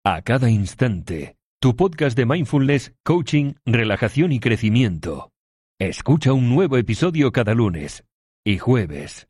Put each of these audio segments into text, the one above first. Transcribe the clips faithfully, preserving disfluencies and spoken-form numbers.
A cada instante, tu podcast de mindfulness, coaching, relajación y crecimiento. Escucha un nuevo episodio cada lunes y jueves.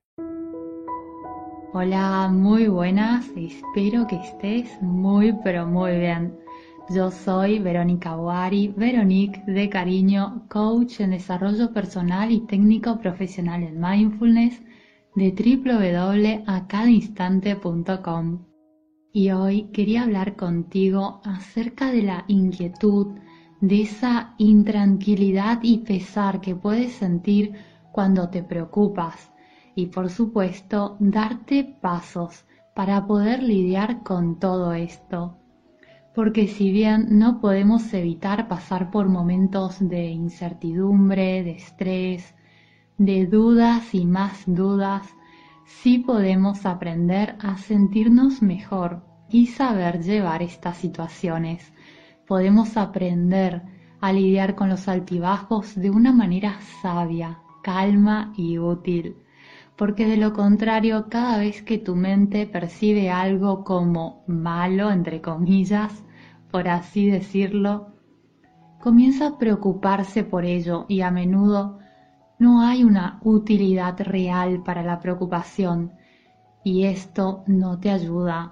Hola, muy buenas, espero que estés muy pero muy bien. Yo soy Verónica Boari, Veronique de cariño, coach en desarrollo personal y técnico profesional en mindfulness de doble u doble u doble u punto a cada instante punto com. Y hoy quería hablar contigo acerca de la inquietud, de esa intranquilidad y pesar que puedes sentir cuando te preocupas. Y por supuesto, darte pasos para poder lidiar con todo esto. Porque si bien no podemos evitar pasar por momentos de incertidumbre, de estrés, de dudas y más dudas, sí podemos aprender a sentirnos mejor y saber llevar estas situaciones. Podemos aprender a lidiar con los altibajos de una manera sabia, calma y útil. Porque de lo contrario, cada vez que tu mente percibe algo como malo, entre comillas, por así decirlo, comienza a preocuparse por ello y a menudo no hay una utilidad real para la preocupación y esto no te ayuda.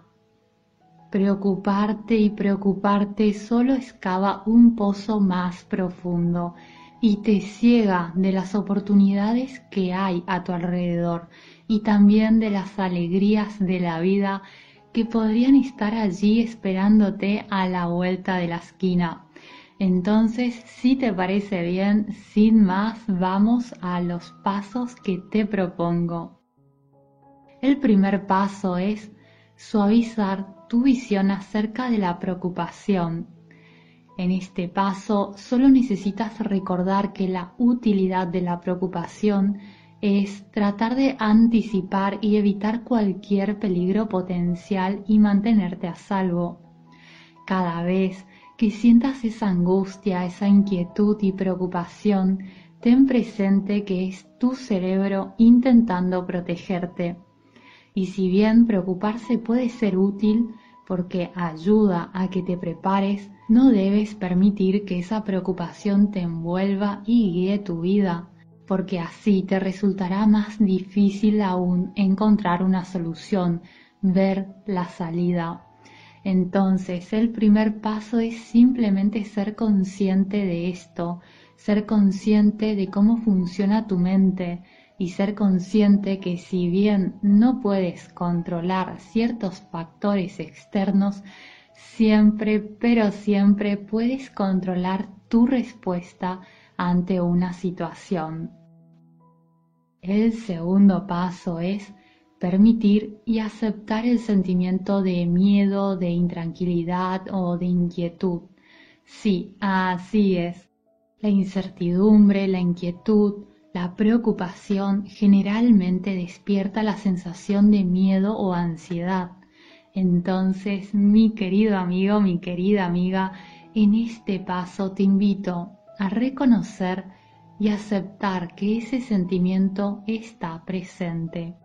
Preocuparte y preocuparte solo excava un pozo más profundo y te ciega de las oportunidades que hay a tu alrededor y también de las alegrías de la vida que podrían estar allí esperándote a la vuelta de la esquina. Entonces, si te parece bien, sin más, vamos a los pasos que te propongo. El primer paso es suavizar tu visión acerca de la preocupación. En este paso, solo necesitas recordar que la utilidad de la preocupación es tratar de anticipar y evitar cualquier peligro potencial y mantenerte a salvo. Cada vez que sientas esa angustia, esa inquietud y preocupación, ten presente que es tu cerebro intentando protegerte. Y si bien preocuparse puede ser útil porque ayuda a que te prepares, no debes permitir que esa preocupación te envuelva y guíe tu vida, porque así te resultará más difícil aún encontrar una solución, ver la salida. Entonces, el primer paso es simplemente ser consciente de esto, ser consciente de cómo funciona tu mente y ser consciente que si bien no puedes controlar ciertos factores externos, siempre, pero siempre puedes controlar tu respuesta ante una situación. El segundo paso es permitir y aceptar el sentimiento de miedo, de intranquilidad o de inquietud. Sí, así es. La incertidumbre, la inquietud, la preocupación generalmente despierta la sensación de miedo o ansiedad. Entonces, mi querido amigo, mi querida amiga, en este paso te invito a reconocer y aceptar que ese sentimiento está presente.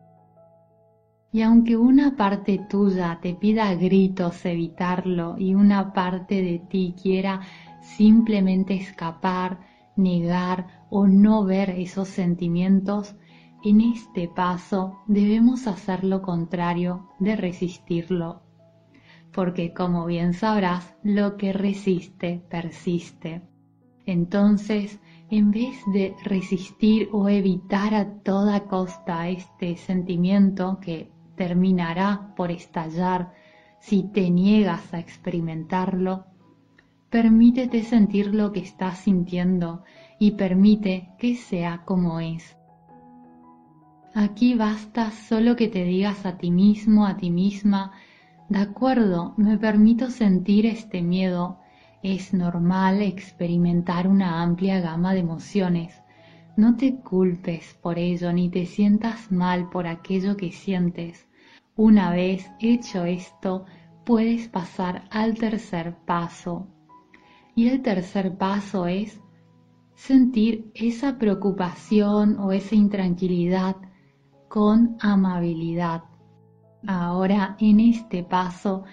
Y aunque una parte tuya te pida a gritos evitarlo y una parte de ti quiera simplemente escapar, negar o no ver esos sentimientos, en este paso debemos hacer lo contrario de resistirlo. Porque como bien sabrás, lo que resiste, persiste. Entonces, en vez de resistir o evitar a toda costa este sentimiento que terminará por estallar si te niegas a experimentarlo, permítete sentir lo que estás sintiendo y permite que sea como es. Aquí basta solo que te digas a ti mismo, a ti misma, de acuerdo, me permito sentir este miedo. Es normal experimentar una amplia gama de emociones. No te culpes por ello ni te sientas mal por aquello que sientes. Una vez hecho esto, puedes pasar al tercer paso. Y el tercer paso es sentir esa preocupación o esa intranquilidad con amabilidad. Ahora, en este paso,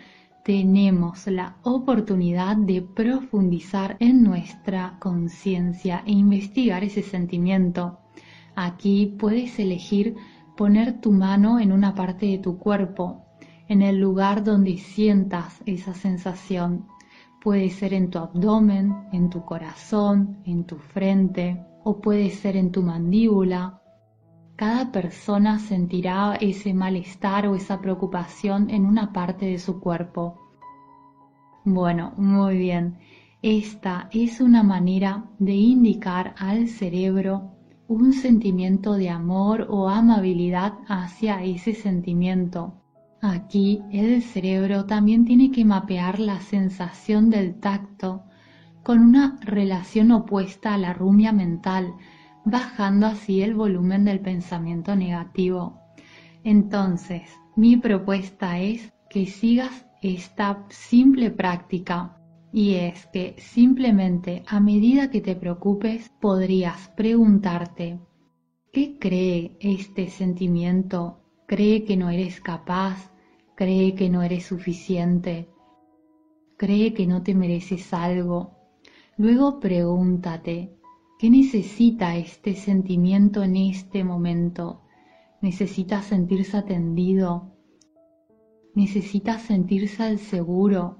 tenemos la oportunidad de profundizar en nuestra conciencia e investigar ese sentimiento. Aquí puedes elegir poner tu mano en una parte de tu cuerpo, en el lugar donde sientas esa sensación. Puede ser en tu abdomen, en tu corazón, en tu frente, o puede ser en tu mandíbula. Cada persona sentirá ese malestar o esa preocupación en una parte de su cuerpo. Bueno, muy bien. Esta es una manera de indicar al cerebro un sentimiento de amor o amabilidad hacia ese sentimiento. Aquí el cerebro también tiene que mapear la sensación del tacto con una relación opuesta a la rumia mental, bajando así el volumen del pensamiento negativo. Entonces, mi propuesta es que sigas esta simple práctica, y es que simplemente a medida que te preocupes podrías preguntarte: ¿qué cree este sentimiento? ¿Cree que no eres capaz? ¿Cree que no eres suficiente? ¿Cree que no te mereces algo? Luego pregúntate: ¿qué necesita este sentimiento en este momento? ¿Necesita sentirse atendido? ¿Necesita sentirse al seguro?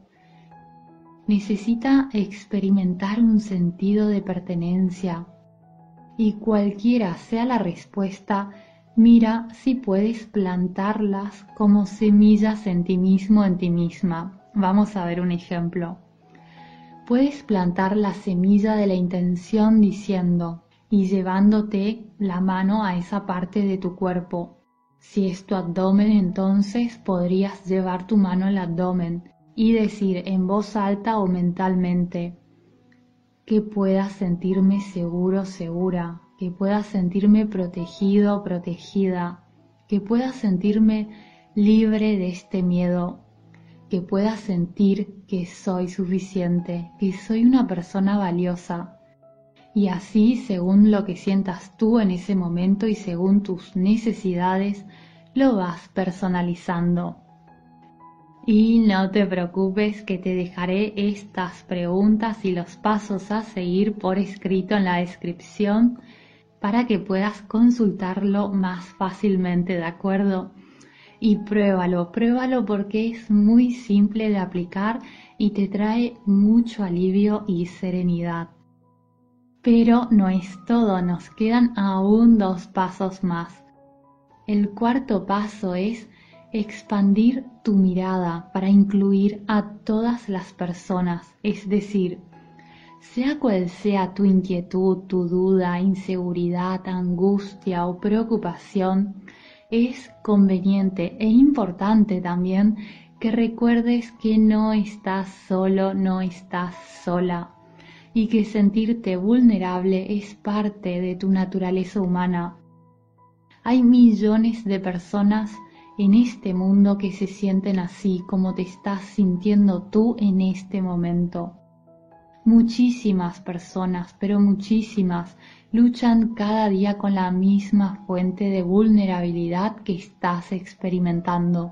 ¿Necesita experimentar un sentido de pertenencia? Y cualquiera sea la respuesta, mira si puedes plantarlas como semillas en ti mismo, en ti misma. Vamos a ver un ejemplo. Puedes plantar la semilla de la intención diciendo y llevándote la mano a esa parte de tu cuerpo. Si es tu abdomen, entonces podrías llevar tu mano al abdomen y decir en voz alta o mentalmente: que pueda sentirme seguro, segura, que pueda sentirme protegido, protegida, que pueda sentirme libre de este miedo, que pueda sentir que soy suficiente, que soy una persona valiosa. Y así, según lo que sientas tú en ese momento y según tus necesidades, lo vas personalizando. Y no te preocupes que te dejaré estas preguntas y los pasos a seguir por escrito en la descripción para que puedas consultarlo más fácilmente, ¿de acuerdo? Y pruébalo, pruébalo porque es muy simple de aplicar y te trae mucho alivio y serenidad. Pero no es todo, nos quedan aún dos pasos más. El cuarto paso es expandir tu mirada para incluir a todas las personas, es decir, sea cual sea tu inquietud, tu duda, inseguridad, angustia o preocupación, es conveniente e importante también que recuerdes que no estás solo, no estás sola y que sentirte vulnerable es parte de tu naturaleza humana. Hay millones de personas en este mundo que se sienten así como te estás sintiendo tú en este momento. Muchísimas personas, pero muchísimas, luchan cada día con la misma fuente de vulnerabilidad que estás experimentando.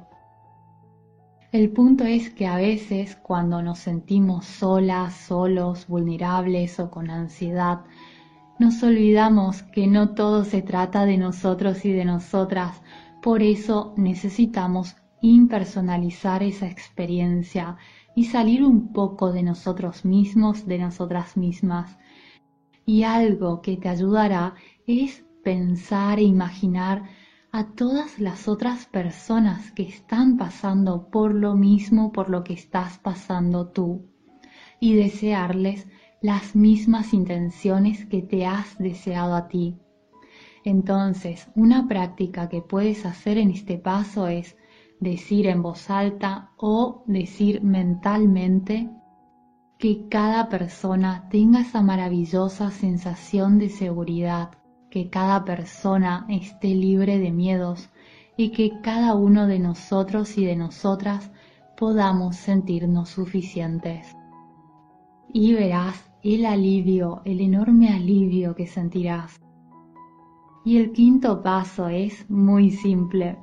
El punto es que a veces cuando nos sentimos solas, solos, vulnerables o con ansiedad, nos olvidamos que no todo se trata de nosotros y de nosotras. Por eso necesitamos impersonalizar esa experiencia y salir un poco de nosotros mismos, de nosotras mismas. Y algo que te ayudará es pensar e imaginar a todas las otras personas que están pasando por lo mismo por lo que estás pasando tú y desearles las mismas intenciones que te has deseado a ti. Entonces, una práctica que puedes hacer en este paso es decir en voz alta o decir mentalmente que cada persona tenga esa maravillosa sensación de seguridad, que cada persona esté libre de miedos y que cada uno de nosotros y de nosotras podamos sentirnos suficientes. Y verás el alivio, el enorme alivio que sentirás. Y el quinto paso es muy simple.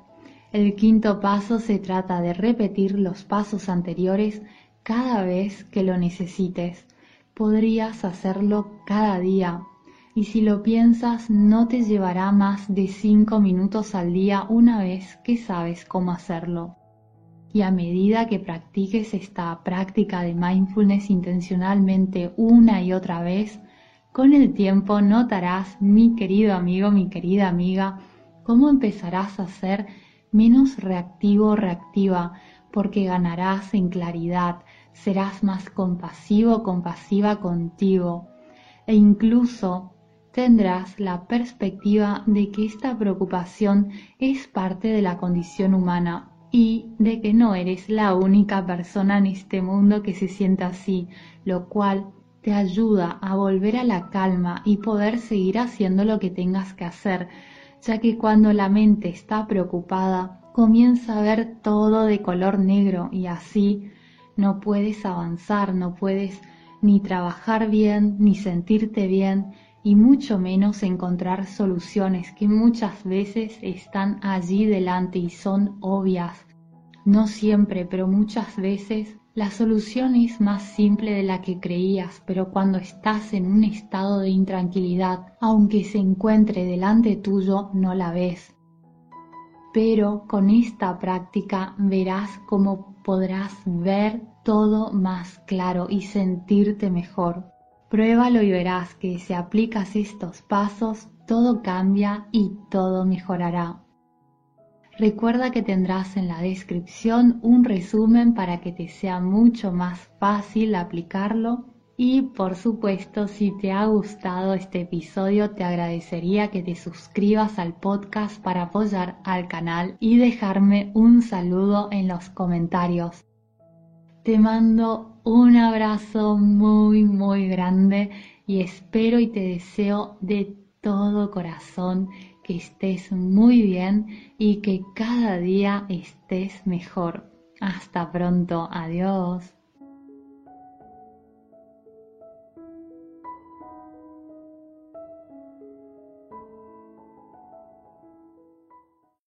El quinto paso se trata de repetir los pasos anteriores cada vez que lo necesites. Podrías hacerlo cada día y si lo piensas no te llevará más de cinco minutos al día una vez que sabes cómo hacerlo. Y a medida que practiques esta práctica de mindfulness intencionalmente una y otra vez, con el tiempo notarás, mi querido amigo, mi querida amiga, cómo empezarás a ser menos reactivo o reactiva, porque ganarás en claridad, serás más compasivo o compasiva contigo, e incluso tendrás la perspectiva de que esta preocupación es parte de la condición humana y de que no eres la única persona en este mundo que se siente así, lo cual te ayuda a volver a la calma y poder seguir haciendo lo que tengas que hacer, ya que cuando la mente está preocupada, comienza a ver todo de color negro y así no puedes avanzar, no puedes ni trabajar bien, ni sentirte bien, y mucho menos encontrar soluciones que muchas veces están allí delante y son obvias. No siempre, pero muchas veces la solución es más simple de la que creías, pero cuando estás en un estado de intranquilidad, aunque se encuentre delante tuyo, no la ves. Pero con esta práctica verás cómo podrás ver todo más claro y sentirte mejor. Pruébalo y verás que si aplicas estos pasos, todo cambia y todo mejorará. Recuerda que tendrás en la descripción un resumen para que te sea mucho más fácil aplicarlo. Y por supuesto, si te ha gustado este episodio, te agradecería que te suscribas al podcast para apoyar al canal y dejarme un saludo en los comentarios. Te mando un abrazo muy muy grande y espero y te deseo de todo corazón que estés muy bien y que cada día estés mejor. Hasta pronto, adiós.